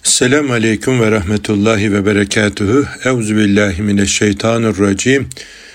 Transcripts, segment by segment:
Selamun Aleyküm ve Rahmetullahi ve Berekatuhu. Euzubillahimineşşeytanirracim.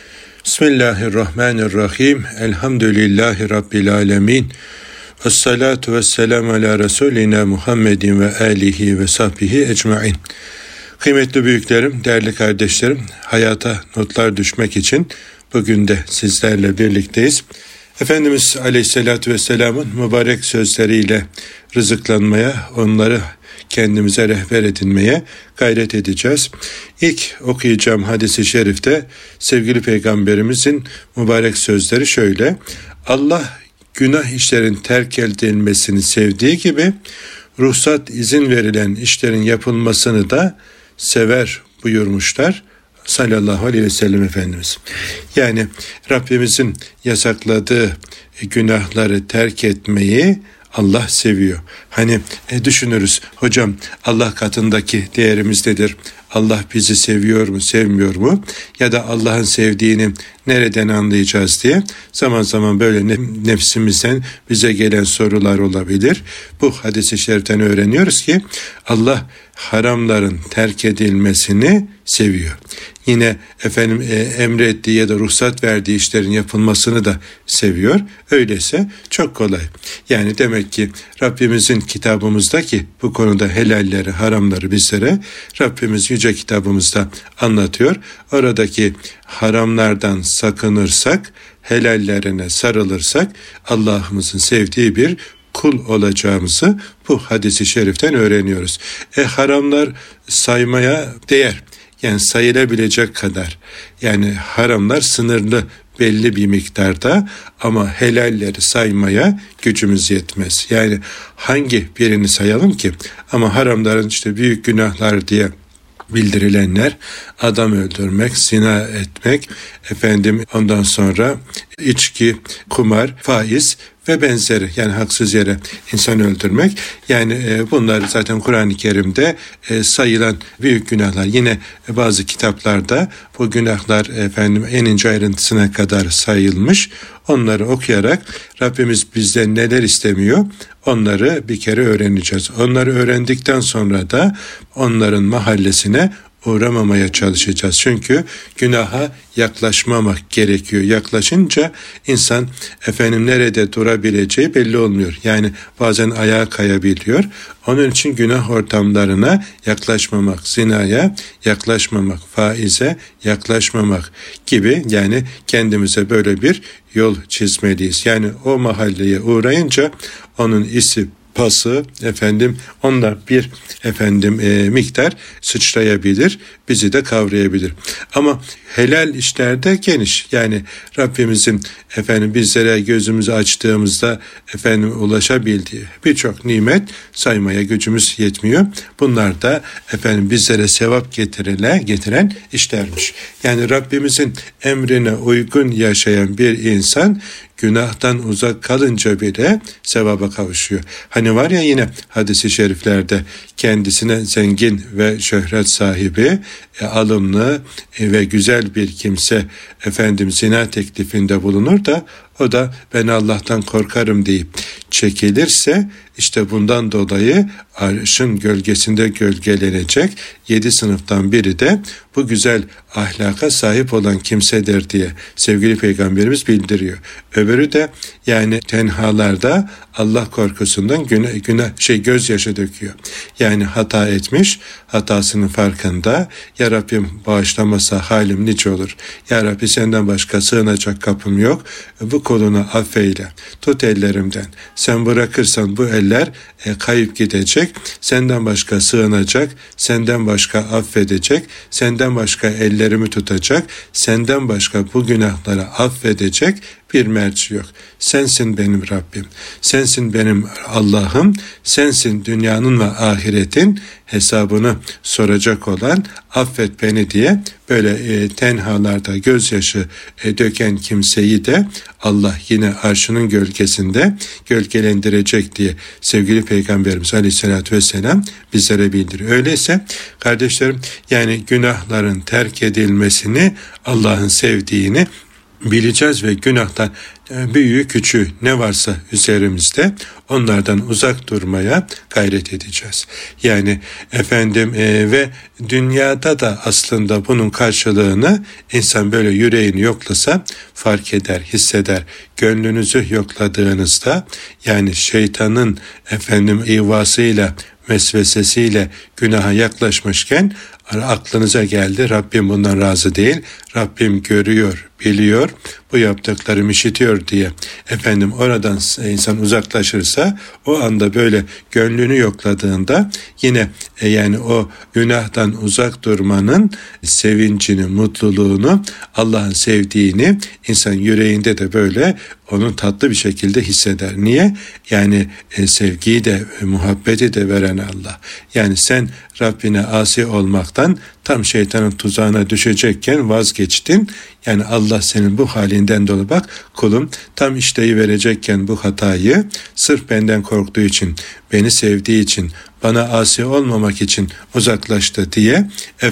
Bismillahirrahmanirrahim. Elhamdülillahi Rabbil alemin. Vessalatu vesselamu ala Resulina Muhammedin ve alihi ve sahbihi ecmain. Kıymetli büyüklerim, değerli kardeşlerim, hayata notlar düşmek için bugün de sizlerle birlikteyiz. Efendimiz Aleyhisselatü Vesselam'ın mübarek sözleriyle rızıklanmaya, onları kendimize rehber edinmeye gayret edeceğiz. İlk okuyacağım hadis-i şerifte sevgili Peygamberimizin mübarek sözleri şöyle: Allah günah işlerin terk edilmesini sevdiği gibi ruhsat izin verilen işlerin yapılmasını da sever buyurmuşlar sallallahu aleyhi ve sellem Efendimiz. Yani Rabbimizin yasakladığı günahları terk etmeyi Allah seviyor. Hani düşünürüz, hocam Allah katındaki değerimiz nedir? Allah bizi seviyor mu, sevmiyor mu? Ya da Allah'ın sevdiğini nereden anlayacağız diye zaman zaman böyle nefsimizden bize gelen sorular olabilir. Bu hadis-i şeriften öğreniyoruz ki Allah haramların terk edilmesini seviyor. Yine emrettiği ya da ruhsat verdiği işlerin yapılmasını da seviyor. Öyleyse çok kolay. Yani demek ki Rabbimizin kitabımızdaki bu konuda helalleri, haramları bizlere Rabbimiz yüce kitabımızda anlatıyor. Oradaki haramlardan sakınırsak, helallerine sarılırsak Allah'ımızın sevdiği bir kul olacağımızı bu hadis-i şeriften öğreniyoruz. Haramlar saymaya değer. Yani sayılabilecek kadar. Yani haramlar sınırlı, belli bir miktarda, ama helalleri saymaya gücümüz yetmez. Yani hangi birini sayalım ki? Ama haramların işte büyük günahlar diye bildirilenler, adam öldürmek, zina etmek, ondan sonra içki, kumar, faiz ve benzeri, yani haksız yere insan öldürmek. Yani bunlar zaten Kur'an-ı Kerim'de sayılan büyük günahlar. Yine bazı kitaplarda bu günahlar en ince ayrıntısına kadar sayılmış. Onları okuyarak Rabbimiz bizden neler istemiyor, onları bir kere öğreneceğiz. Onları öğrendikten sonra da onların mahallesine uğramamaya çalışacağız. Çünkü günaha yaklaşmamak gerekiyor. Yaklaşınca insan nerede durabileceği belli olmuyor. Yani bazen ayağa kayabiliyor. Onun için günah ortamlarına yaklaşmamak, zinaya yaklaşmamak, faize yaklaşmamak gibi, yani kendimize böyle bir yol çizmeliyiz. Yani o mahalleye uğrayınca onun isi, pası, onunla bir miktar sıçrayabilir, bizi de kavrayabilir. Ama helal işlerde geniş. Yani Rabbimizin bizlere gözümüzü açtığımızda ulaşabildiği birçok nimet saymaya gücümüz yetmiyor. Bunlar da bizlere sevap getiren işlermiş. Yani Rabbimizin emrine uygun yaşayan bir insan günahtan uzak kalınca bile sevaba kavuşuyor. Hani var ya yine hadis-i şeriflerde, kendisine zengin ve şöhret sahibi, alımlı ve güzel bir kimse zina teklifinde bulunur da o da ben Allah'tan korkarım deyip çekilirse, işte bundan dolayı arşın gölgesinde gölgelenecek 7 sınıftan biri de bu güzel ahlaka sahip olan kimsedir diye sevgili Peygamberimiz bildiriyor. Öbürü de yani tenhalarda Allah korkusundan gözyaşı döküyor. Yani hata etmiş, hatasının farkında. Ya Rabbim bağışlamasa halim nice olur. Ya Rabbi senden başka sığınacak kapım yok. Bu kolunu affeyle. Tut ellerimden. Sen bırakırsan bu eller kayıp gidecek. Senden başka sığınacak, senden başka affedecek, senden başka ellerimi tutacak, senden başka bu günahları affedecek bir merci yok. Sensin benim Rabbim, sensin benim Allah'ım, sensin dünyanın ve ahiretin hesabını soracak olan, affet beni diye böyle tenhalarda gözyaşı döken kimseyi de Allah yine arşının gölgesinde gölgelendirecek diye sevgili Peygamberimiz Aleyhisselatü Vesselam bizlere bildiriyor. Öyleyse kardeşlerim, yani günahların terk edilmesini, Allah'ın sevdiğini bileceğiz ve günahtan büyüğü küçüğü ne varsa üzerimizde onlardan uzak durmaya gayret edeceğiz. Yani ve dünyada da aslında bunun karşılığını insan böyle yüreğini yoklasa fark eder, hisseder. Gönlünüzü yokladığınızda yani şeytanın ivasıyla, vesvesesiyle günaha yaklaşmışken aklınıza geldi, Rabbim bundan razı değil, Rabbim görüyor, biliyor, bu yaptıklarımı işitiyor diye oradan insan uzaklaşırsa o anda böyle gönlünü yokladığında yine o günahtan uzak durmanın sevincini, mutluluğunu, Allah'ın sevdiğini insan yüreğinde de böyle onu tatlı bir şekilde hisseder. Niye? Sevgiyi de, muhabbeti de veren Allah. Sen Rabbine asi olmaktan tam şeytanın tuzağına düşecekken vazgeçtin. Allah senin bu halinden dolayı bak kulum tam işteyi verecekken bu hatayı sırf benden korktuğu için, beni sevdiği için, bana asi olmamak için uzaklaştı diye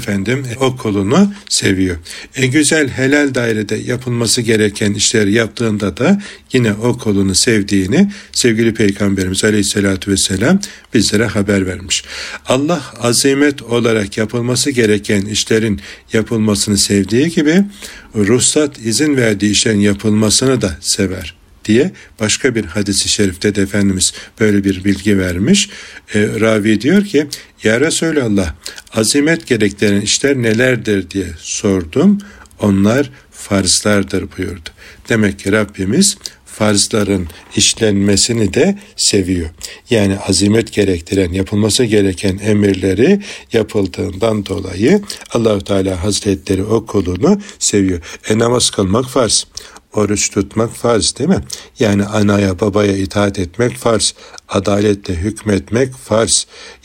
o kulunu seviyor. Güzel helal dairede yapılması gereken işleri yaptığında da yine o kulunu sevdiğini sevgili Peygamberimiz Aleyhisselatü Vesselam bizlere haber vermiş. Allah azimet olarak yapılması gereken işlerin yapılmasını sevdiği gibi ruhsat izin verdiği işlerin yapılmasını da sever diye başka bir hadis-i şerifte de Efendimiz böyle bir bilgi vermiş. Ravi diyor ki ya Resulallah azimet gerektiren işler nelerdir diye sordum. Onlar farzlardır buyurdu. Demek ki Rabbimiz farzların işlenmesini de seviyor. Azimet gerektiren, yapılması gereken emirleri yapıldığından dolayı Allah-u Teala Hazretleri o kulunu seviyor. Namaz kılmak farz. Oruç tutmak farz değil mi? Anaya babaya itaat etmek farz. Adaletle hükmetmek farz.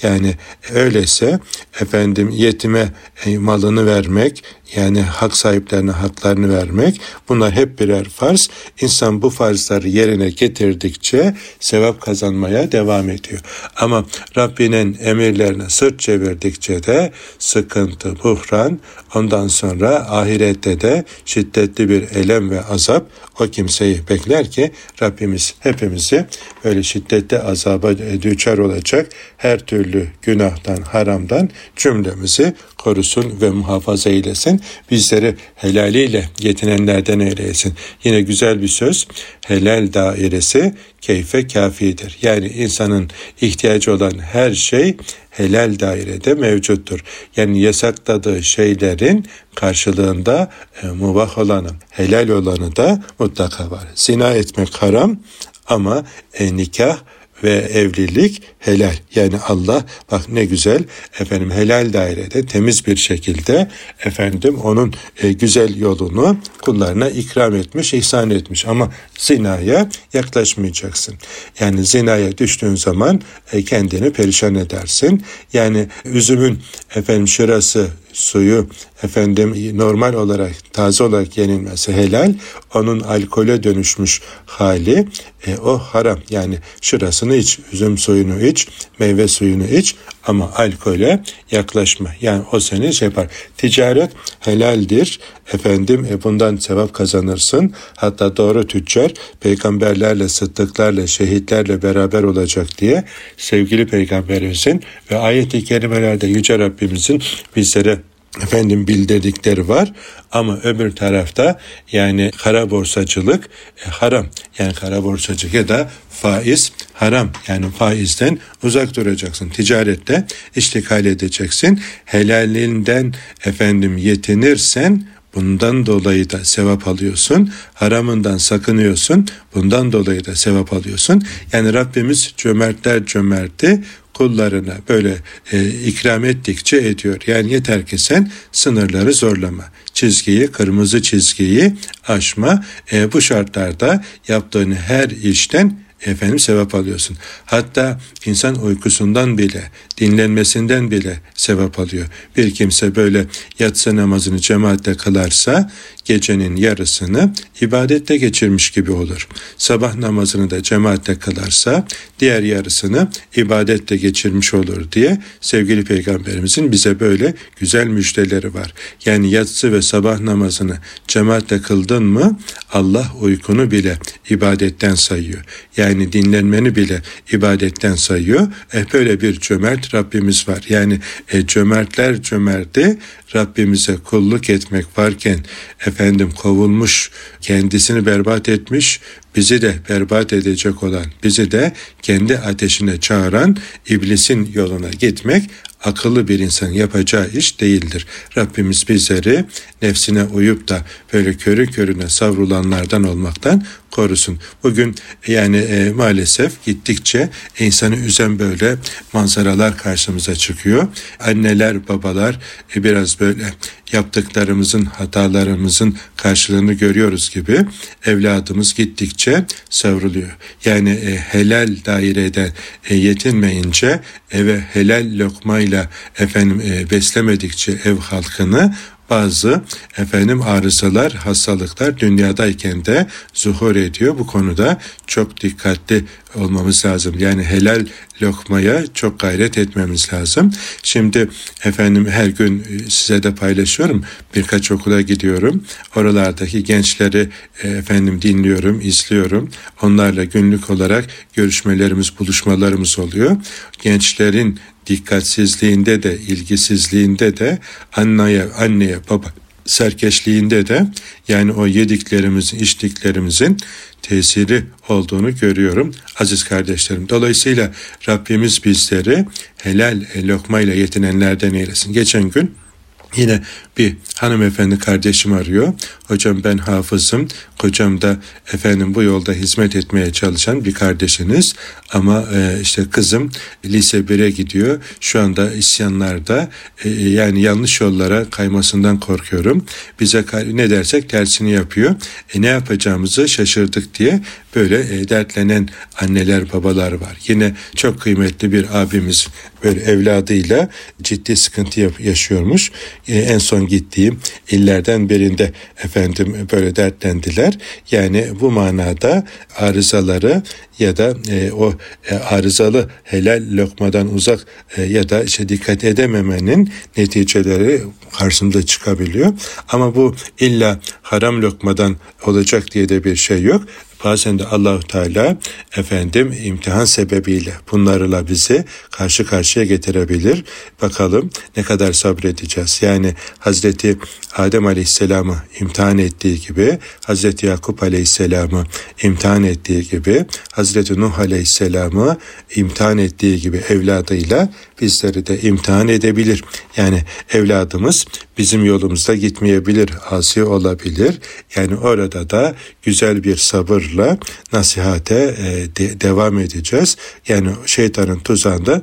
Öyleyse yetime malını vermek, hak sahiplerine haklarını vermek, bunlar hep birer farz. İnsan bu farzları yerine getirdikçe sevap kazanmaya devam ediyor. Ama Rabbinin emirlerine sırt çevirdikçe de sıkıntı, buhran, ondan sonra ahirette de şiddetli bir elem ve azap o kimseyi bekler ki Rabbimiz hepimizi böyle şiddetli azaba düçar olacak her türlü günahtan, haramdan cümlemizi korusun ve muhafaza eylesin. Bizleri helaliyle yetinenlerden eylesin. Yine güzel bir söz, helal dairesi keyfe kafidir. İnsanın ihtiyacı olan her şey helal dairede mevcuttur. Yasakladığı şeylerin karşılığında mubah olanı, helal olanı da mutlaka var. Zina etmek haram ama nikah ve evlilik helal. Allah bak ne güzel helal dairede temiz bir şekilde onun güzel yolunu kullarına ikram etmiş, ihsan etmiş. Ama zinaya yaklaşmayacaksın. Zinaya düştüğün zaman kendini perişan edersin. Üzümün şırası, suyu normal olarak taze olarak yenilmesi helal, onun alkole dönüşmüş hali o haram. Şırasını iç, üzüm suyunu iç, meyve suyunu iç ama alkole yaklaşma. O seni yapar. Ticaret helaldir. Bundan sevap kazanırsın. Hatta doğru tüccar peygamberlerle, sıddıklarla, şehitlerle beraber olacak diye sevgili Peygamberimizin ve ayet-i kerimelerde Yüce Rabbimizin bizlere bildirdikleri var ama öbür tarafta kara borsacılık haram. Kara borsacılık ya da faiz haram. Faizden uzak duracaksın. Ticarette iştikal edeceksin. Helalinden yetinirsen bundan dolayı da sevap alıyorsun. Haramından sakınıyorsun. Bundan dolayı da sevap alıyorsun. Rabbimiz cömertler cömerti kullarına böyle ikram ettikçe ediyor. Yeter ki sen sınırları zorlama. Kırmızı çizgiyi aşma. Bu şartlarda yaptığın her işten sevap alıyorsun. Hatta insan uykusundan bile, dinlenmesinden bile sevap alıyor. Bir kimse böyle yatsı namazını cemaatle kılarsa gecenin yarısını ibadette geçirmiş gibi olur. Sabah namazını da cemaatle kılarsa diğer yarısını ibadette geçirmiş olur diye sevgili Peygamberimizin bize böyle güzel müjdeleri var. Yani yatsı ve sabah namazını cemaatle kıldın mı Allah uykunu bile ibadetten sayıyor. Yani dinlenmeni bile ibadetten sayıyor. Böyle bir cömert Rabbimiz var. Yani cömertler cömerti Rabbimize kulluk etmek varken kovulmuş, kendisini berbat etmiş, bizi de berbat edecek olan, bizi de kendi ateşine çağıran iblisin yoluna gitmek akıllı bir insanın yapacağı iş değildir. Rabbimiz bizleri nefsine uyup da böyle körü körüne savrulanlardan olmaktan korusun. Bugün maalesef gittikçe insanı üzen böyle manzaralar karşımıza çıkıyor. Anneler, babalar biraz böyle yaptıklarımızın, hatalarımızın karşılığını görüyoruz gibi evladımız gittikçe savruluyor. Yani helal daireden yetinmeyince eve helal lokmayla beslemedikçe ev halkını bazı arızalar, hastalıklar dünyadayken de zuhur ediyor. Bu konuda çok dikkatli olmamız lazım. Yani helal lokmaya çok gayret etmemiz lazım. Şimdi her gün size de paylaşıyorum. Birkaç okula gidiyorum. Oralardaki gençleri dinliyorum, izliyorum. Onlarla günlük olarak görüşmelerimiz, buluşmalarımız oluyor. Gençlerin dikkatsizliğinde de, ilgisizliğinde de, anneye baba serkeşliğinde de yani o yediklerimizin, içtiklerimizin tesiri olduğunu görüyorum aziz kardeşlerim. Dolayısıyla Rabbimiz bizleri helal lokmayla yetinenlerden eylesin. Geçen gün yine bir hanımefendi kardeşim arıyor. Hocam ben hafızım. Kocam da bu yolda hizmet etmeye çalışan bir kardeşiniz. Ama kızım lise 1'e gidiyor. Şu anda isyanlarda yani yanlış yollara kaymasından korkuyorum. Bize ne dersek tersini yapıyor. Ne yapacağımızı şaşırdık diye böyle dertlenen anneler babalar var. Yine çok kıymetli bir abimiz böyle evladıyla ciddi sıkıntı yaşıyormuş. En son gittiğim illerden birinde böyle dertlendiler. Yani bu manada arızaları ya da o arızalı helal lokmadan uzak ya da dikkat edememenin neticeleri karşımıza çıkabiliyor. Ama bu illa haram lokmadan olacak diye de bir şey yok. Bazen de Allah-u Teala imtihan sebebiyle bunlarla bizi karşı karşıya getirebilir. Bakalım ne kadar sabredeceğiz. Yani Hazreti Adem Aleyhisselam'ı imtihan ettiği gibi, Hazreti Yakup Aleyhisselam'ı imtihan ettiği gibi, Hazreti Nuh Aleyhisselam'ı imtihan ettiği gibi evladıyla bizleri de imtihan edebilir. Yani evladımız bizim yolumuzda gitmeyebilir, asi olabilir. Yani orada da güzel bir sabırla nasihate devam edeceğiz. Yani şeytanın tuzağında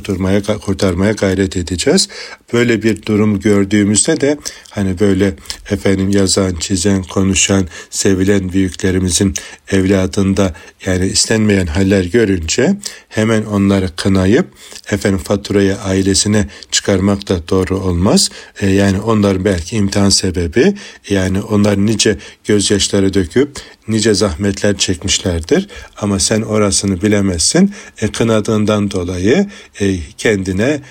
kurtarmaya gayret edeceğiz. Böyle bir durum gördüğümüzde de böyle yazan, çizen, konuşan, sevilen büyüklerimizin evladında yani istenmeyen haller görünce hemen onları kınayıp faturayı ailesine çıkarmak da doğru olmaz. Yani onlar belki imtihan sebebi, yani onlar nice gözyaşları döküp nice zahmetler çekmişlerdir. Ama sen orasını bilemezsin. Kınadığından dolayı kendine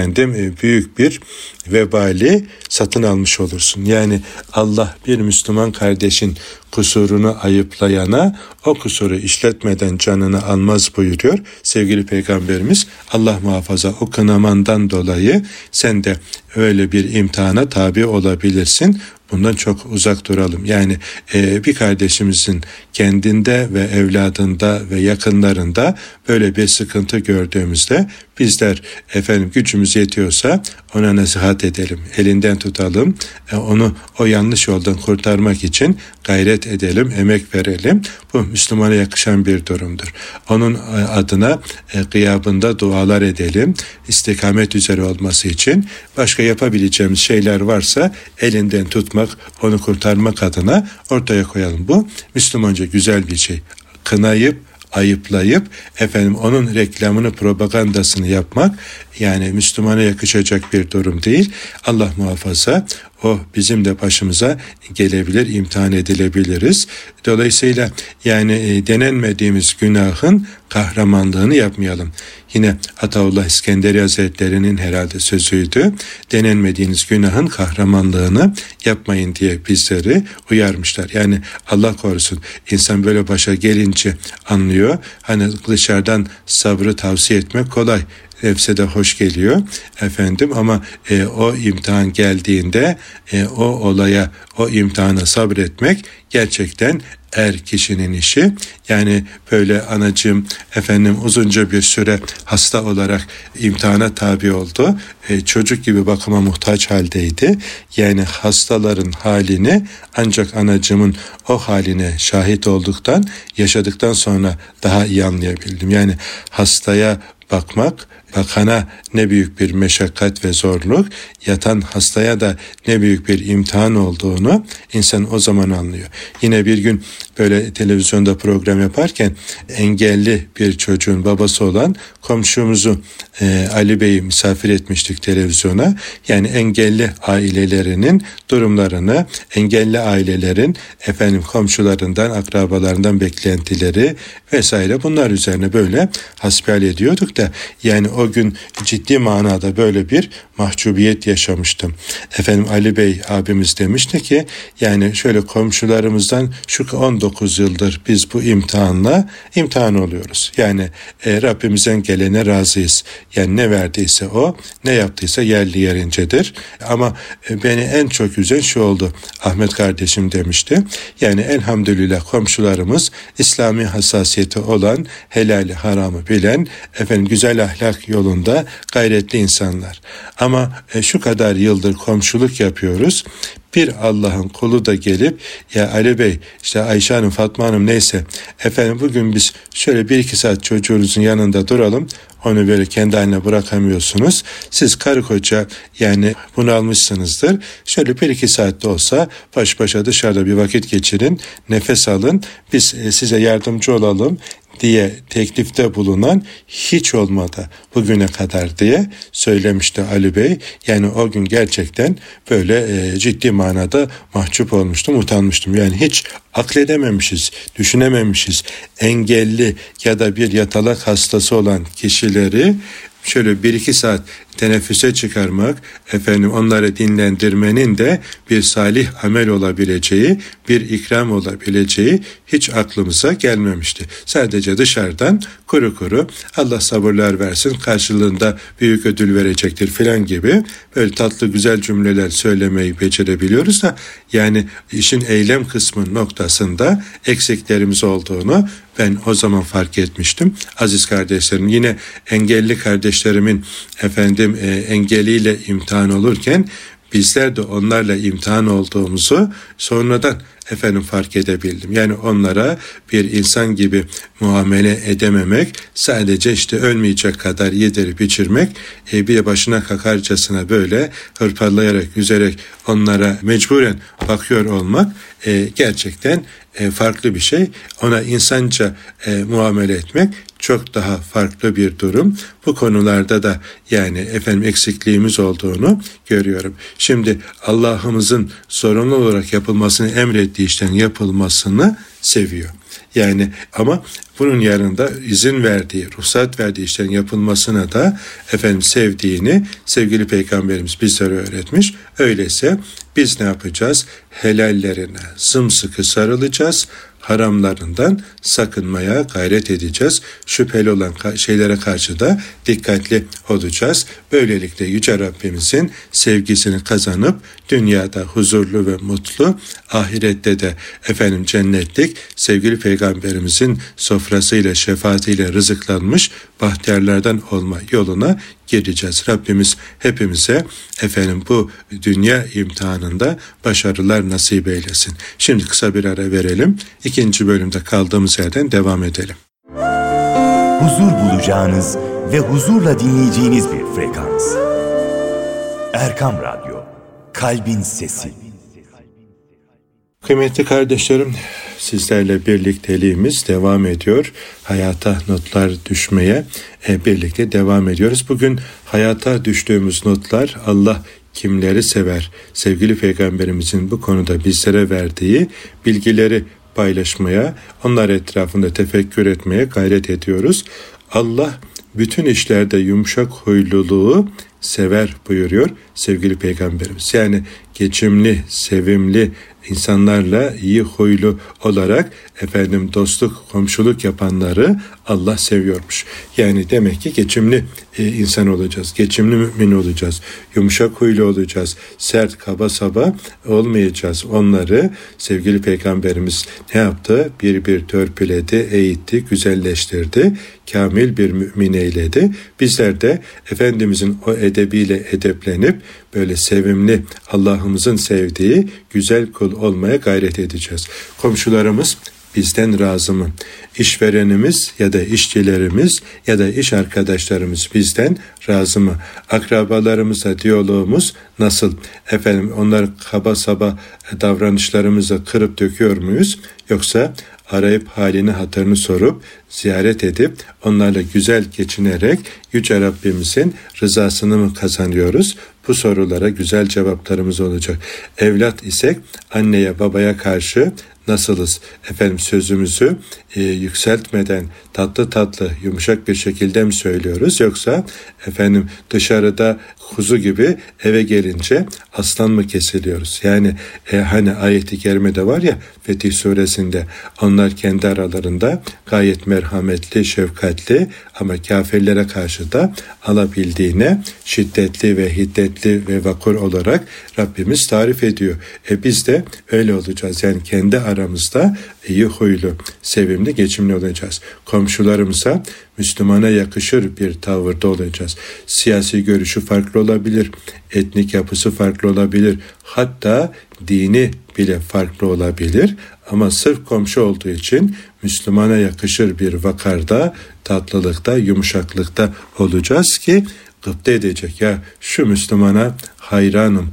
büyük bir vebali satın almış olursun. Yani Allah bir Müslüman kardeşin kusurunu ayıplayana o kusuru işletmeden canını almaz buyuruyor sevgili Peygamberimiz. Allah muhafaza o kınamandan dolayı sen de öyle bir imtihana tabi olabilirsin. Bundan çok uzak duralım. Yani bir kardeşimizin kendinde ve evladında ve yakınlarında böyle bir sıkıntı gördüğümüzde bizler gücümüz yetiyorsa ona nasihat edelim, elinden tutalım, onu o yanlış yoldan kurtarmak için gayret edelim, emek verelim. Bu Müslümana yakışan bir durumdur. Onun adına gıyabında dualar edelim, istikamet üzere olması için. Başka yapabileceğimiz şeyler varsa elinden tutmak, onu kurtarmak adına ortaya koyalım. Bu Müslümanca güzel bir şey. Kınayıp ayıplayıp onun reklamını, propagandasını yapmak yani Müslümana yakışacak bir durum değil. Allah muhafaza, o bizim de başımıza gelebilir, imtihan edilebiliriz. Dolayısıyla yani denenmediğimiz günahın kahramanlığını yapmayalım. Yine Ataullah İskenderi Hazretleri'nin herhalde sözüydü. Denenmediğiniz günahın kahramanlığını yapmayın diye bizleri uyarmışlar. Yani Allah korusun, insan böyle başa gelince anlıyor. Hani dışarıdan sabrı tavsiye etmek kolay. Nefse de hoş geliyor ama o imtihan geldiğinde o olaya, o imtihana sabretmek gerçekten kişinin işi. Yani böyle anacığım uzunca bir süre hasta olarak imtihana tabi oldu. Çocuk gibi bakıma muhtaç haldeydi. Yani hastaların halini ancak anacığımın o haline şahit olduktan, yaşadıktan sonra daha iyi anlayabildim. Yani hastaya bakmak, bakana ne büyük bir meşakkat ve zorluk, yatan hastaya da ne büyük bir imtihan olduğunu insan o zaman anlıyor. Yine bir gün böyle televizyonda program yaparken engelli bir çocuğun babası olan komşumuzu Ali Bey'i misafir etmiştik televizyona. Yani engelli ailelerinin durumlarını, engelli ailelerin komşularından, akrabalarından beklentileri vesaire, bunlar üzerine böyle hasbihal ediyorduk da yani o gün ciddi manada böyle bir mahcubiyet yaşamıştım. Ali Bey abimiz demişti ki yani şöyle komşularımızdan şu 19 yıldır biz bu imtihanla imtihan oluyoruz. Yani Rabbimizden gelene razıyız. Yani ne verdiyse o, ne yaptıysa yerli yerincedir. Ama beni en çok üzen şu oldu. Ahmet kardeşim demişti. Yani elhamdülillah komşularımız İslami hassasiyeti olan, helali haramı bilen, güzel ahlak yolunda gayretli insanlar. Ama şu kadar yıldır komşuluk yapıyoruz. Bir Allah'ın kulu da gelip ya Ali Bey, işte Ayşe Hanım, Fatma Hanım neyse bugün biz şöyle 1-2 saat çocuğunuzun yanında duralım. Onu böyle kendi haline bırakamıyorsunuz. Siz karı koca yani bunalmışsınızdır. Şöyle 1-2 saatte olsa baş başa dışarıda bir vakit geçirin. Nefes alın. Biz size yardımcı olalım diye teklifte bulunan hiç olmadı bugüne kadar diye söylemişti Ali Bey. Yani o gün gerçekten böyle ciddi manada mahcup olmuştum, utanmıştım. Yani hiç akledememişiz, düşünememişiz. Engelli ya da bir yatalak hastası olan kişileri şöyle 1-2 saat teneffüse çıkarmak, onları dinlendirmenin de bir salih amel olabileceği, bir ikram olabileceği hiç aklımıza gelmemişti. Sadece dışarıdan kuru kuru Allah sabırlar versin, karşılığında büyük ödül verecektir filan gibi böyle tatlı güzel cümleler söylemeyi becerebiliyoruz da yani işin eylem kısmı noktasında eksiklerimiz olduğunu ben o zaman fark etmiştim. Aziz kardeşlerim, yine engelli kardeşlerimin engeliyle imtihan olurken bizler de onlarla imtihan olduğumuzu sonradan fark edebildim. Yani onlara bir insan gibi muamele edememek, sadece işte ölmeyecek kadar yedirip içirmek, bir de başına kakarcasına böyle hırpalayarak, üzerek onlara mecburen bakıyor olmak gerçekten farklı bir şey. Ona insanca muamele etmek çok daha farklı bir durum. Bu konularda da yani eksikliğimiz olduğunu görüyorum. Şimdi Allah'ımızın zorunlu olarak yapılmasını emrettiği işten yapılmasını seviyor. Yani ama bunun yanında izin verdiği, ruhsat verdiği işlerin yapılmasına da sevdiğini sevgili Peygamberimiz bizlere öğretmiş. Öyleyse biz ne yapacağız? Helallerine sımsıkı sarılacağız. Haramlarından sakınmaya gayret edeceğiz. Şüpheli olan şeylere karşı da dikkatli olacağız. Böylelikle Yüce Rabbimizin sevgisini kazanıp dünyada huzurlu ve mutlu, ahirette de cennetlik, sevgili Peygamberimizin sofrasıyla, şefaatiyle rızıklanmış bahtiyarlardan olma yoluna gireceğiz. Rabbimiz hepimize bu dünya imtihanında başarılar nasip eylesin. Şimdi kısa bir ara verelim. 2. bölümde kaldığımız yerden devam edelim. Huzur bulacağınız ve huzurla dinleyeceğiniz bir frekans. Erkam Radyo, Kalbin Sesi. Kıymetli kardeşlerim, sizlerle birlikteliğimiz devam ediyor. Hayata notlar düşmeye birlikte devam ediyoruz. Bugün hayata düştüğümüz notlar Allah kimleri sever? Sevgili Peygamberimizin bu konuda bizlere verdiği bilgileri paylaşmaya, onlar etrafında tefekkür etmeye gayret ediyoruz. Allah bütün işlerde yumuşak huyluluğu sever buyuruyor sevgili Peygamberimiz. Yani geçimli, sevimli insanlarla iyi huylu olarak dostluk, komşuluk yapanları Allah seviyormuş. Yani demek ki geçimli insan olacağız, geçimli mümin olacağız, yumuşak huylu olacağız, sert, kaba saba olmayacağız. Onları sevgili Peygamberimiz ne yaptı? Bir törpüledi, eğitti, güzelleştirdi, kamil bir mümin eyledi. Bizler de Efendimizin o edebiyle edeplenip böyle sevimli, Allah'ımızın sevdiği güzel kul olmaya gayret edeceğiz. Komşularımız bizden razı mı? İşverenimiz ya da işçilerimiz ya da iş arkadaşlarımız bizden razı mı? Akrabalarımızla diyalogumuz nasıl? Onlar kaba saba davranışlarımızı kırıp döküyor muyuz? Yoksa arayıp halini hatırını sorup ziyaret edip onlarla güzel geçinerek Yüce Rabbimizin rızasını mı kazanıyoruz? Bu sorulara güzel cevaplarımız olacak. Evlat isek anneye babaya karşı nasılız? Sözümüzü yükseltmeden tatlı yumuşak bir şekilde mi söylüyoruz? Yoksa dışarıda kuzu gibi eve gelince aslan mı kesiliyoruz? Yani hani ayet-i kerimede var ya Fetih Suresinde, onlar kendi aralarında gayet merhametli, şefkatli ama kafirlere karşı da alabildiğine şiddetli ve hiddetli ve vakur olarak Rabbimiz tarif ediyor. Biz de öyle olacağız. Yani kendi aramızda iyi huylu, sevimli, geçimli olacağız. Komşularımıza Müslümana yakışır bir tavırda olacağız. Siyasi görüşü farklı olabilir, etnik yapısı farklı olabilir, hatta dini bile farklı olabilir. Ama sırf komşu olduğu için Müslümana yakışır bir vakarda, tatlılıkta, yumuşaklıkta olacağız ki gıpta edecek. Ya şu Müslümana hayranım,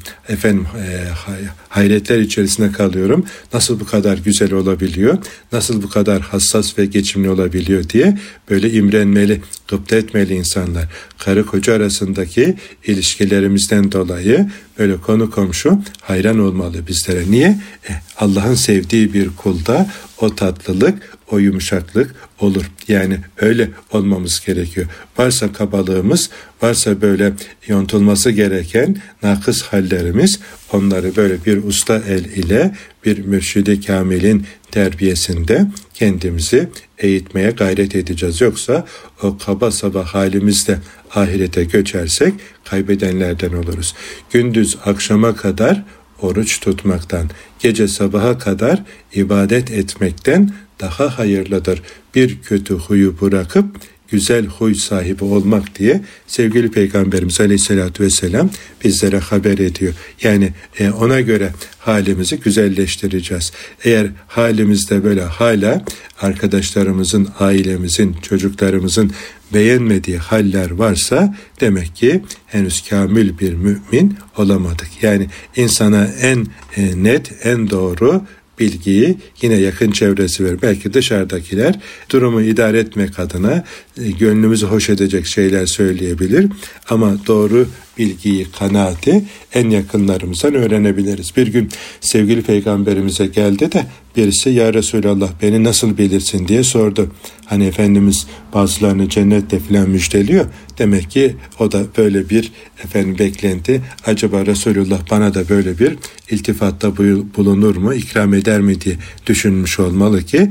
hayretler içerisinde kalıyorum. Nasıl bu kadar güzel olabiliyor? Nasıl bu kadar hassas ve geçimli olabiliyor diye böyle imrenmeli, gıpta etmeli insanlar. Karı koca arasındaki ilişkilerimizden dolayı böyle konu komşu hayran olmalı bizlere. Niye? Allah'ın sevdiği bir kulda o tatlılık, o yumuşaklık olur. Yani öyle olmamız gerekiyor. Varsa kabalığımız, varsa böyle yontulması gereken nakıs hallerimiz, onları böyle bir usta el ile bir mürşid-i kamilin terbiyesinde kendimizi eğitmeye gayret edeceğiz. Yoksa o kaba saba halimizle ahirete göçersek kaybedenlerden oluruz. Gündüz akşama kadar oruç tutmaktan, gece sabaha kadar ibadet etmekten daha hayırlıdır bir kötü huyu bırakıp güzel huy sahibi olmak diye sevgili Peygamberimiz Aleyhisselatü Vesselam bizlere haber ediyor. Yani ona göre halimizi güzelleştireceğiz. Eğer halimizde böyle hala arkadaşlarımızın, ailemizin, çocuklarımızın beğenmediği haller varsa demek ki henüz kamil bir mümin olamadık. Yani insana en net, en doğru bilgiyi yine yakın çevresi verir. Belki dışarıdakiler durumu idare etmek adına gönlümüzü hoş edecek şeyler söyleyebilir. Ama doğru bilgiyi, kanaati en yakınlarımızdan öğrenebiliriz. Bir gün sevgili Peygamberimize geldi de birisi ya Resulallah beni nasıl bilirsin diye sordu. Hani Efendimiz bazılarını cennetle filan müjdeliyor. Demek ki o da böyle bir beklenti. Acaba Resulullah bana da böyle bir iltifatta bulunur mu, ikram eder mi diye düşünmüş olmalı ki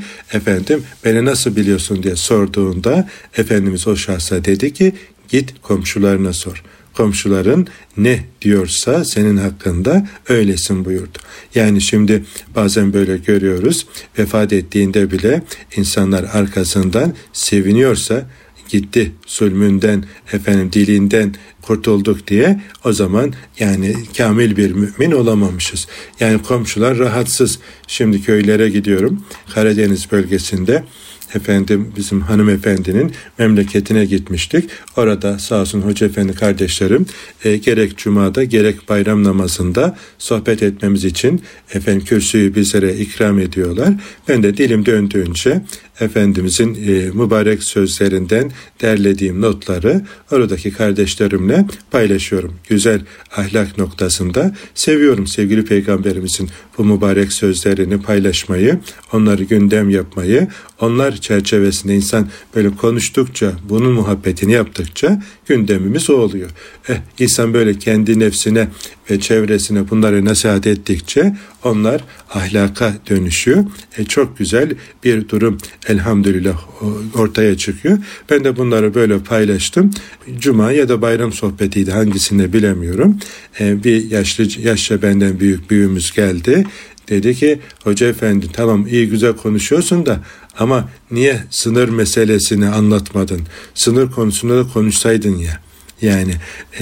beni nasıl biliyorsun diye sorduğunda Efendimiz o şahsa dedi ki git komşularına sor. Komşuların ne diyorsa senin hakkında öylesin buyurdu. Yani şimdi bazen böyle görüyoruz, vefat ettiğinde bile insanlar arkasından seviniyorsa gitti zulmünden, dilinden kurtulduk diye, o zaman yani kamil bir mümin olamamışız. Yani komşular rahatsız. Şimdi köylere gidiyorum. Karadeniz bölgesinde bizim hanımefendinin memleketine gitmiştik. Orada sağ olsun Hoca Efendi kardeşlerim gerek Cuma'da gerek bayram namazında sohbet etmemiz için kürsüyü bizlere ikram ediyorlar. Ben de dilim döndüğünce Efendimizin mübarek sözlerinden derlediğim notları oradaki kardeşlerimle paylaşıyorum. Güzel ahlak noktasında seviyorum sevgili Peygamberimizin bu mübarek sözlerini paylaşmayı, onları gündem yapmayı, onlar çerçevesinde insan böyle konuştukça, bunun muhabbetini yaptıkça gündemimiz o oluyor. İnsan böyle kendi nefsine ve çevresine bunları nasihat ettikçe onlar ahlaka dönüşüyor. Çok güzel bir durum elhamdülillah ortaya çıkıyor. Ben de bunları böyle paylaştım. Cuma ya da bayram sohbetiydi, hangisini bilemiyorum. Bir yaşça benden büyük büyüğümüz geldi. Dedi ki Hoca Efendi tamam iyi güzel konuşuyorsun da ama niye sınır meselesini anlatmadın? Sınır konusunda da konuşsaydın ya. Yani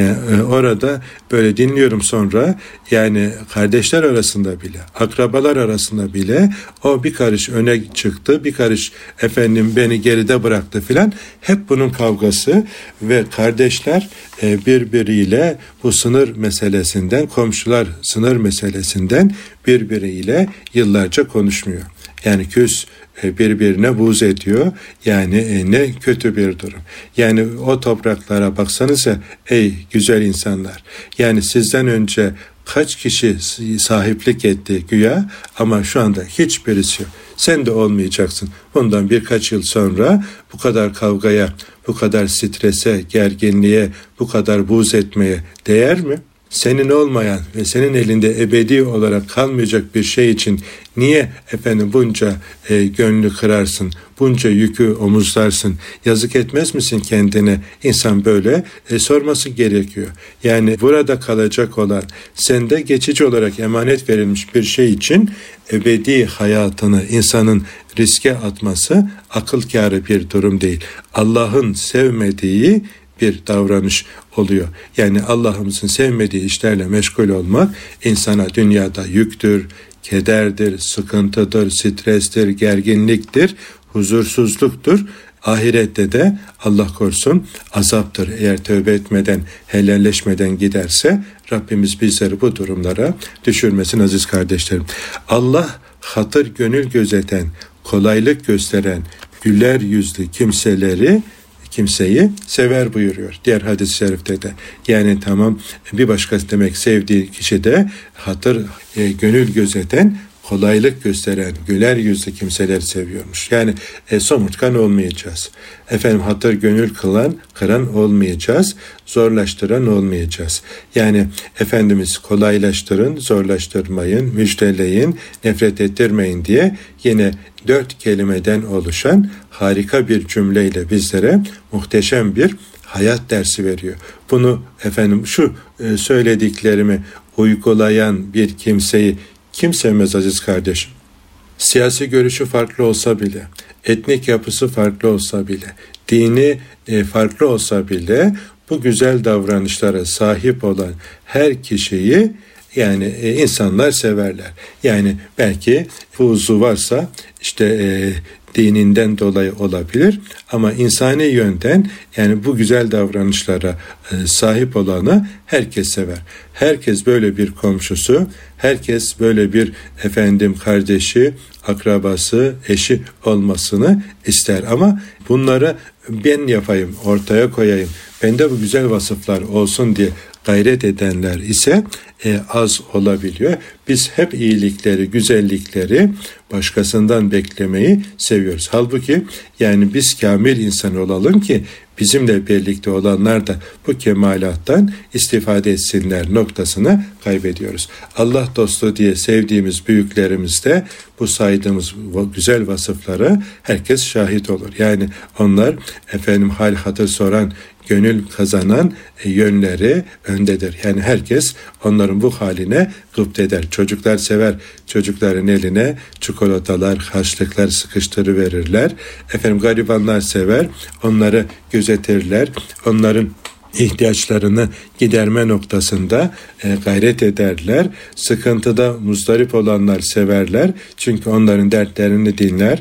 orada böyle dinliyorum sonra, yani kardeşler arasında bile, akrabalar arasında bile o bir karış öne çıktı, bir karış beni geride bıraktı filan. Hep bunun kavgası ve kardeşler birbiriyle bu sınır meselesinden, komşular sınır meselesinden birbiriyle yıllarca konuşmuyor. Yani küs, birbirine buğz ediyor. Yani ne kötü bir durum. Yani o topraklara baksanıza ey güzel insanlar. Yani sizden önce kaç kişi sahiplik etti güya ama şu anda hiçbirisi yok. Sen de olmayacaksın. Bundan birkaç yıl sonra bu kadar kavgaya, bu kadar strese, gerginliğe, bu kadar buğz etmeye değer mi? Senin olmayan ve senin elinde ebedi olarak kalmayacak bir şey için niye bunca gönlü kırarsın, bunca yükü omuzlarsın, yazık etmez misin kendine? İnsan böyle sorması gerekiyor. Yani burada kalacak olan, sende geçici olarak emanet verilmiş bir şey için ebedi hayatını insanın riske atması akıl kârı bir durum değil. Allah'ın sevmediği bir davranış oluyor. Yani Allah'ımızın sevmediği işlerle meşgul olmak insana dünyada yüktür, kederdir, sıkıntıdır, strestir, gerginliktir, huzursuzluktur. Ahirette de Allah korusun azaptır. Eğer tövbe etmeden, helalleşmeden giderse Rabbimiz bizleri bu durumlara düşürmesin aziz kardeşlerim. Allah hatır gönül gözeten, kolaylık gösteren, güler yüzlü kimseyi sever buyuruyor diğer hadis-i şerifte de. Yani tamam, bir başkası demek sevdiği kişi de hatır gönül gözeten, kolaylık gösteren, güler yüzlü kimseleri seviyormuş. Yani somurtkan olmayacağız. Hatır gönül kıran olmayacağız. Zorlaştıran olmayacağız. Yani Efendimiz kolaylaştırın, zorlaştırmayın, müjdeleyin, nefret ettirmeyin diye yine 4 kelimeden oluşan harika bir cümleyle bizlere muhteşem bir hayat dersi veriyor. Bunu şu söylediklerimi uygulayan bir kimseyi kim sevmez aziz kardeşim? Siyasi görüşü farklı olsa bile, etnik yapısı farklı olsa bile, dini farklı olsa bile bu güzel davranışlara sahip olan her kişiyi insanlar severler. Yani belki bu uzvu varsa dininden dolayı olabilir ama insani yönden bu güzel davranışlara sahip olanı herkes sever. Herkes böyle bir komşusu, herkes böyle bir kardeşi, akrabası, eşi olmasını ister ama bunları ben yapayım, ortaya koyayım, bende bu güzel vasıflar olsun diye gayret edenler ise az olabiliyor. Biz hep iyilikleri, güzellikleri başkasından beklemeyi seviyoruz. Halbuki biz kamil insan olalım ki bizimle birlikte olanlar da bu kemalattan istifade etsinler noktasını kaybediyoruz. Allah dostu diye sevdiğimiz büyüklerimiz de bu saydığımız güzel vasıflara herkes şahit olur. Yani onlar hal hatır soran, gönül kazanan yönleri öndedir. Yani herkes onların bu haline gıpt eder. Çocuklar sever. Çocukların eline çikolatalar, harçlıklar sıkıştırıverirler. Garibanlar sever. Onları gözetirler. Onların ihtiyaçlarını giderme noktasında gayret ederler. Sıkıntıda muzdarip olanlar severler. Çünkü onların dertlerini dinler.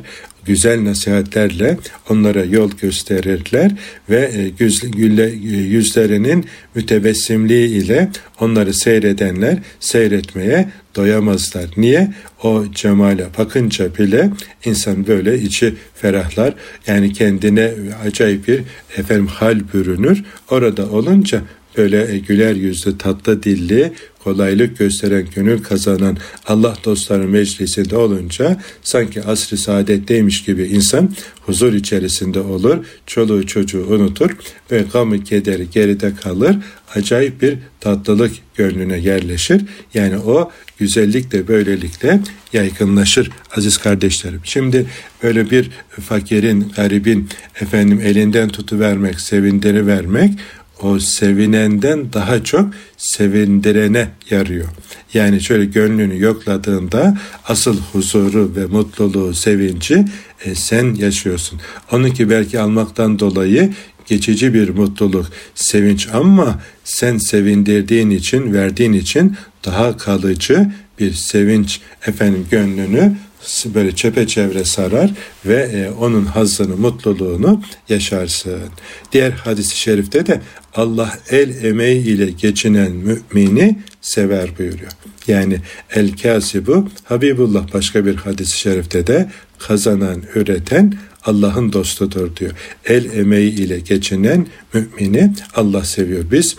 güzel nasihatlerle onlara yol gösterirler ve yüzlerinin mütebessimliği ile onları seyredenler seyretmeye doyamazlar. Niye? O cemale bakınca bile insan böyle içi ferahlar. Yani kendine acayip bir hal bürünür. Orada olunca böyle güler yüzlü, tatlı dilli, kolaylık gösteren, gönül kazanan Allah dostları meclisinde olunca sanki asr-ı saadetteymiş gibi insan huzur içerisinde olur, çoluğu çocuğu unutur ve gamı kederi geride kalır. Acayip bir tatlılık gönlüne yerleşir. Yani o güzellik de böylelikle yaygınlaşır aziz kardeşlerim. Şimdi böyle bir fakirin, garibin elinden tutuvermek, sevindirivermek o sevinenden daha çok sevindirene yarıyor. Yani şöyle gönlünü yokladığında asıl huzuru ve mutluluğu, sevinci sen yaşıyorsun. Onunki belki almaktan dolayı geçici bir mutluluk, sevinç ama sen sevindirdiğin için, verdiğin için daha kalıcı bir sevinç gönlünü böyle çepeçevre sarar ve onun hazzını, mutluluğunu yaşarsın. Diğer hadis-i şerifte de Allah el emeği ile geçinen mümini sever buyuruyor. Yani el kasibu Habibullah başka bir hadis-i şerifte de kazanan, üreten Allah'ın dostudur diyor. El emeği ile geçinen mümini Allah seviyor. Biz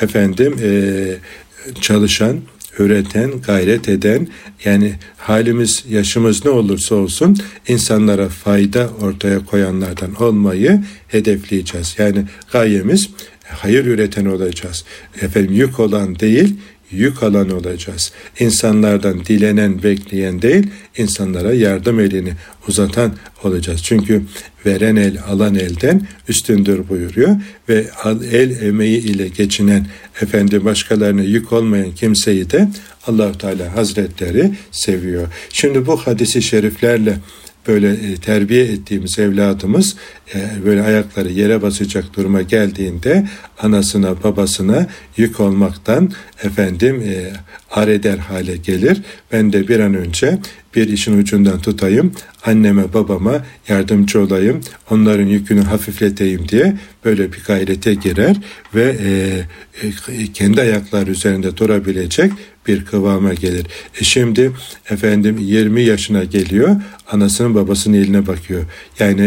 çalışan, üreten, gayret eden, yani halimiz, yaşımız ne olursa olsun insanlara fayda ortaya koyanlardan olmayı hedefleyeceğiz. Yani gayemiz hayır üreten olacağız. Yük olan değil, yük alan olacağız. İnsanlardan dilenen, bekleyen değil, insanlara yardım elini uzatan olacağız. Çünkü veren el, alan elden üstündür buyuruyor ve el emeği ile geçinen, başkalarına yük olmayan kimseyi de Allah-u Teala Hazretleri seviyor. Şimdi bu hadisi şeriflerle böyle terbiye ettiğimiz evladımız böyle ayakları yere basacak duruma geldiğinde anasına, babasına yük olmaktan ar eder hale gelir. Ben de bir an önce bir işin ucundan tutayım, anneme, babama yardımcı olayım, onların yükünü hafifleteyim diye böyle bir gayrete girer ve kendi ayakları üzerinde durabilecek bir kıvama gelir. Şimdi 20 yaşına geliyor, anasının babasının eline bakıyor. Yani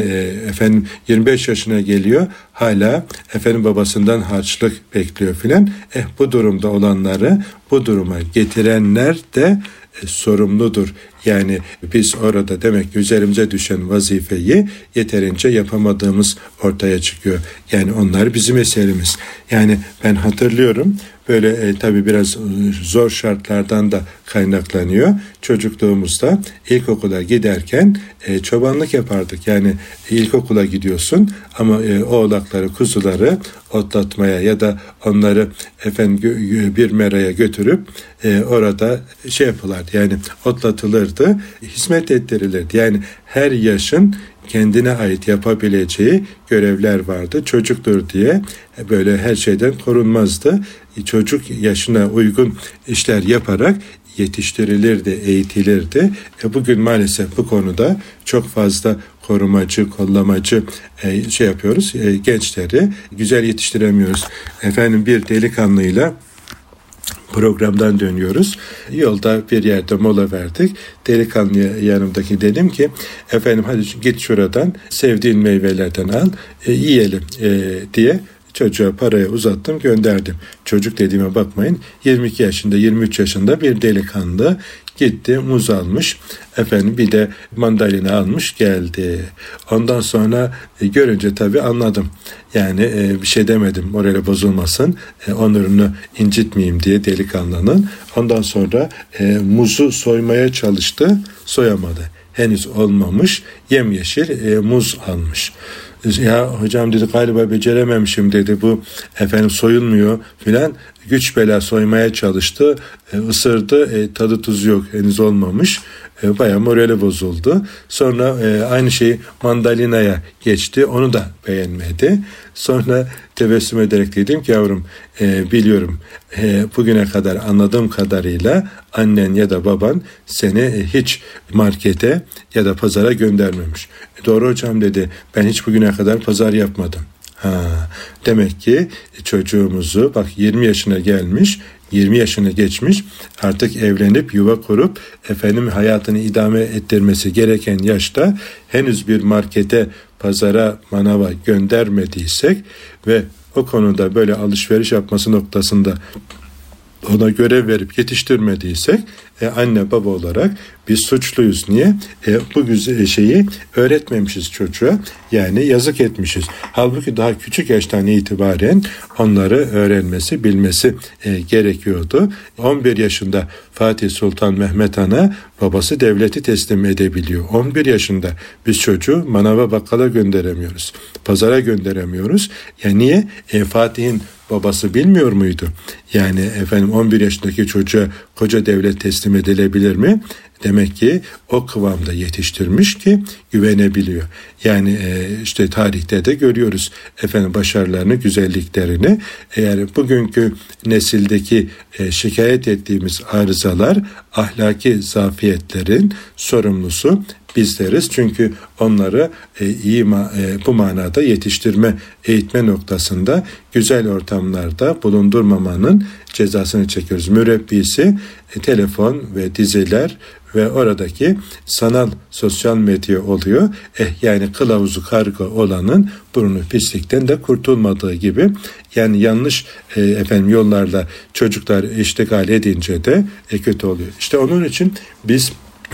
25 yaşına geliyor, hala babasından harçlık bekliyor filan. Bu durumda olanları bu duruma getirenler de sorumludur. Yani biz orada demek ki üzerimize düşen vazifeyi yeterince yapamadığımız ortaya çıkıyor. Yani onlar bizim eserimiz. Yani ben hatırlıyorum, böyle tabii biraz zor şartlardan da kaynaklanıyor. Çocukluğumuzda ilkokula giderken çobanlık yapardık. Yani ilkokula gidiyorsun ama oğlakları, kuzuları otlatmaya ya da onları bir meraya götürüp orada yapılardı. Yani otlatılırdı, hizmet ettirilirdi. Yani her yaşın kendine ait yapabileceği görevler vardı. Çocuktur diye böyle her şeyden korunmazdı. Çocuk yaşına uygun işler yaparak yetiştirilirdi, eğitilirdi. Bugün maalesef bu konuda çok fazla korumacı, kollamacı yapıyoruz. Gençleri güzel yetiştiremiyoruz. Bir delikanlıyla programdan dönüyoruz. Yolda bir yerde mola verdik. Delikanlıya yanımdaki dedim ki hadi git şuradan sevdiğin meyvelerden al, yiyelim diye çocuğa parayı uzattım, gönderdim. Çocuk dediğime bakmayın, 22 yaşında 23 yaşında bir delikanlı gitti, muz almış, bir de mandalina almış geldi. Ondan sonra görünce tabii anladım. Yani bir şey demedim, morali bozulmasın, onurunu incitmeyeyim diye delikanlının. Ondan sonra muzu soymaya çalıştı, soyamadı. Henüz olmamış yemyeşil muz almış. Ya hocam dedi, galiba becerememişim dedi, bu soyulmuyor filan. güç bela soymaya çalıştı. Isırdı. Tadı tuzu yok. Henüz olmamış. Bayağı morali bozuldu. Sonra aynı şey mandalinaya geçti. Onu da beğenmedi. Sonra tebessüm ederek dedim ki yavrum biliyorum bugüne kadar anladığım kadarıyla annen ya da baban seni hiç markete ya da pazara göndermemiş. Doğru hocam dedi. Ben hiç bugüne kadar pazar yapmadım. Demek ki çocuğumuzu bak 20 yaşına gelmiş, 20 yaşını geçmiş, artık evlenip yuva kurup hayatını idame ettirmesi gereken yaşta henüz bir markete, pazara, manava göndermediysek ve o konuda böyle alışveriş yapması noktasında ona görev verip yetiştirmediysek anne baba olarak biz suçluyuz. Niye? Bu güzel şeyi öğretmemişiz çocuğa. Yani yazık etmişiz. Halbuki daha küçük yaştan itibaren onları öğrenmesi, bilmesi gerekiyordu. 11 yaşında Fatih Sultan Mehmet Han'a babası devleti teslim edebiliyor. 11 yaşında biz çocuğu manava bakkala gönderemiyoruz. Pazara gönderemiyoruz. Yani niye? Fatih'in babası bilmiyor muydu? Yani 11 yaşındaki çocuğa koca devlet teslim edilebilir mi? Demek ki o kıvamda yetiştirmiş ki güvenebiliyor. Yani işte tarihte de görüyoruz başarılarını, güzelliklerini. Eğer bugünkü nesildeki şikayet ettiğimiz arızalar, ahlaki zafiyetlerin sorumlusu bizleriz. Çünkü onları bu manada yetiştirme, eğitme noktasında güzel ortamlarda bulundurmamanın cezasını çekiyoruz. Mürebbisi telefon ve diziler ve oradaki sanal sosyal medya oluyor. Yani kılavuzu karga olanın burnu pislikten de kurtulmadığı gibi, yani yanlış yollarla çocuklar iştigal edince de kötü oluyor. İşte onun için biz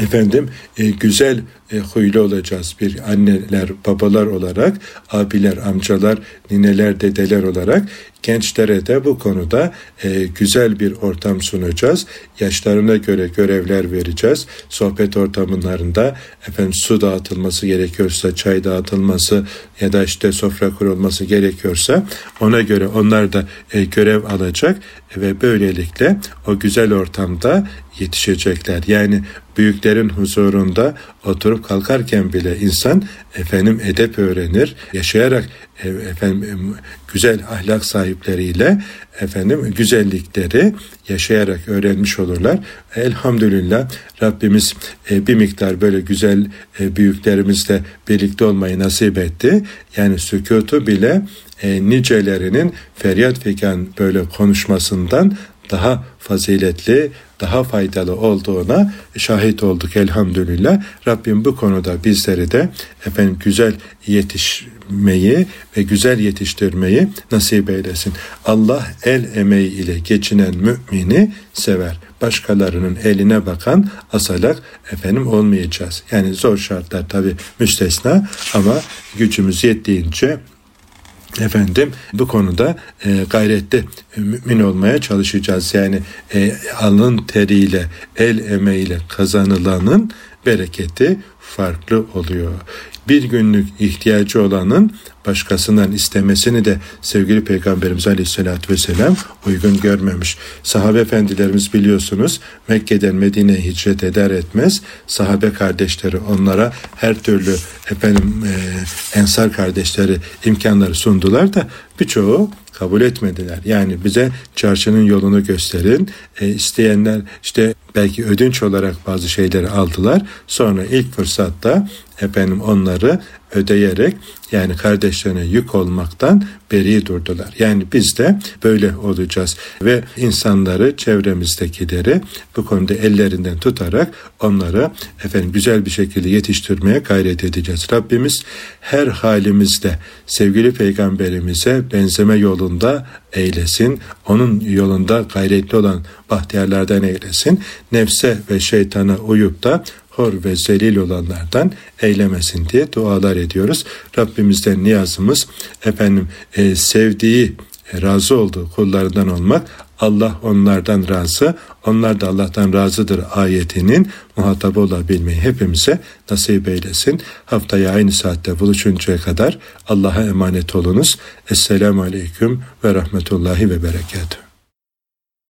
güzel huylu olacağız bir anneler, babalar olarak, abiler, amcalar, nineler, dedeler olarak gençlere de bu konuda güzel bir ortam sunacağız. Yaşlarına göre görevler vereceğiz. Sohbet ortamlarında su dağıtılması gerekiyorsa, çay dağıtılması ya da işte sofra kurulması gerekiyorsa ona göre onlar da görev alacak ve böylelikle o güzel ortamda yetişecekler. Yani büyüklerin huzurunda oturup kalkarken bile insan edep öğrenir. Yaşayarak güzel ahlak sahipleriyle güzellikleri yaşayarak öğrenmiş olurlar. Elhamdülillah Rabbimiz bir miktar böyle güzel büyüklerimizle birlikte olmayı nasip etti. Yani sükutu bile nicelerinin feryat figan böyle konuşmasından daha faziletli, daha faydalı olduğuna şahit olduk elhamdülillah. Rabbim bu konuda bizleri de güzel yetişmeyi ve güzel yetiştirmeyi nasip eylesin. Allah el emeği ile geçinen mümini sever. Başkalarının eline bakan asalak olmayacağız. Yani zor şartlar tabii müstesna ama gücümüz yettiğince bu konuda gayretli mümin olmaya çalışacağız. Yani alın teriyle, el emeğiyle kazanılanın bereketi farklı oluyor. Bir günlük ihtiyacı olanın başkasından istemesini de sevgili Peygamberimiz Aleyhisselatü Vesselam uygun görmemiş. Sahabe efendilerimiz biliyorsunuz Mekke'den Medine'ye hicret eder etmez sahabe kardeşleri onlara her türlü Ensar kardeşleri imkanları sundular da birçoğu kabul etmediler. Yani bize çarşının yolunu gösterin. İsteyenler işte belki ödünç olarak bazı şeyleri aldılar. Sonra ilk fırsatta onları ödeyerek yani kardeşlerine yük olmaktan beri durdular. Yani biz de böyle olacağız ve insanları, çevremizdekileri bu konuda ellerinden tutarak onları güzel bir şekilde yetiştirmeye gayret edeceğiz. Rabbimiz her halimizde sevgili Peygamberimize benzeme yolunda eylesin. Onun yolunda gayretli olan bahtiyarlardan eylesin. Nefse ve şeytana uyup da hor ve zelil olanlardan eylemesin diye dualar ediyoruz. Rabbimizden niyazımız sevdiği, razı olduğu kullarından olmak. Allah onlardan razı, onlar da Allah'tan razıdır ayetinin muhatabı olabilmeyi hepimize nasip eylesin. Haftaya aynı saatte buluşuncaya kadar Allah'a emanet olunuz. Esselamu Aleyküm ve Rahmetullahi ve Berekatuhu.